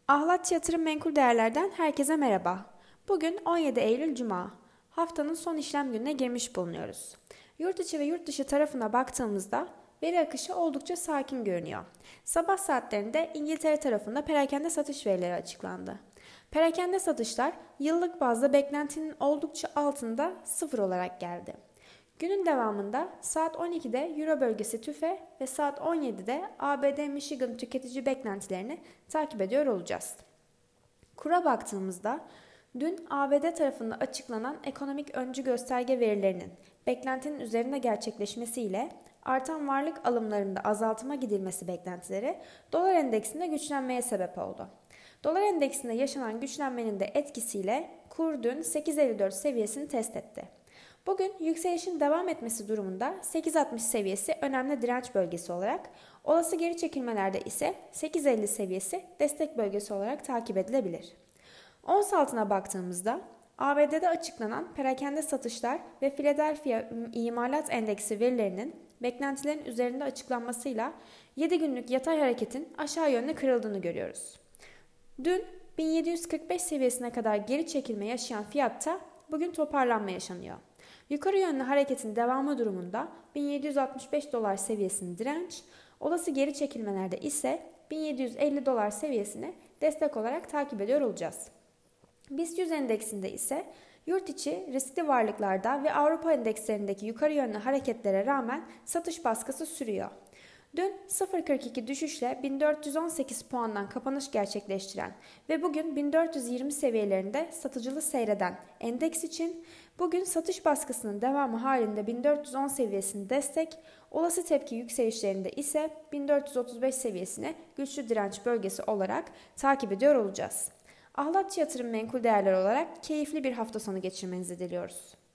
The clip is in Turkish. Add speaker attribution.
Speaker 1: Ahlat Yatırım Menkul Değerler'den herkese merhaba. Bugün 17 Eylül Cuma. Haftanın son işlem gününe girmiş bulunuyoruz. Yurt içi ve yurt dışı tarafına baktığımızda veri akışı oldukça sakin görünüyor. Sabah saatlerinde İngiltere tarafında perakende satış verileri açıklandı. Perakende satışlar yıllık bazda beklentinin oldukça altında sıfır olarak geldi. Günün devamında saat 12'de Euro bölgesi TÜFE ve saat 17'de ABD Michigan tüketici beklentilerini takip ediyor olacağız. Kura baktığımızda dün ABD tarafında açıklanan ekonomik öncü gösterge verilerinin beklentinin üzerinde gerçekleşmesiyle artan varlık alımlarında azaltıma gidilmesi beklentileri dolar endeksinde güçlenmeye sebep oldu. Dolar endeksinde yaşanan güçlenmenin de etkisiyle kur dün 8.54 seviyesini test etti. Bugün yükselişin devam etmesi durumunda 8.60 seviyesi önemli direnç bölgesi olarak, olası geri çekilmelerde ise 8.50 seviyesi destek bölgesi olarak takip edilebilir. Ons altına baktığımızda ABD'de açıklanan perakende satışlar ve Philadelphia İmalat Endeksi verilerinin beklentilerin üzerinde açıklanmasıyla 7 günlük yatay hareketin aşağı yönlü kırıldığını görüyoruz. Dün 1745 seviyesine kadar geri çekilme yaşayan fiyatta bugün toparlanma yaşanıyor. Yukarı yönlü hareketin devamı durumunda 1765 dolar seviyesini direnç, olası geri çekilmelerde ise 1750 dolar seviyesini destek olarak takip ediyor olacağız. BIST 100 endeksinde ise yurt içi riskli varlıklarda ve Avrupa endekslerindeki yukarı yönlü hareketlere rağmen satış baskısı sürüyor. Dün 0.42 düşüşle 1418 puandan kapanış gerçekleştiren ve bugün 1420 seviyelerinde satıcılı seyreden endeks için bugün satış baskısının devamı halinde 1410 seviyesini destek, olası tepki yükselişlerinde ise 1435 seviyesine güçlü direnç bölgesi olarak takip ediyor olacağız. Ahlat Yatırım Menkul Değerler olarak keyifli bir hafta sonu geçirmenizi diliyoruz.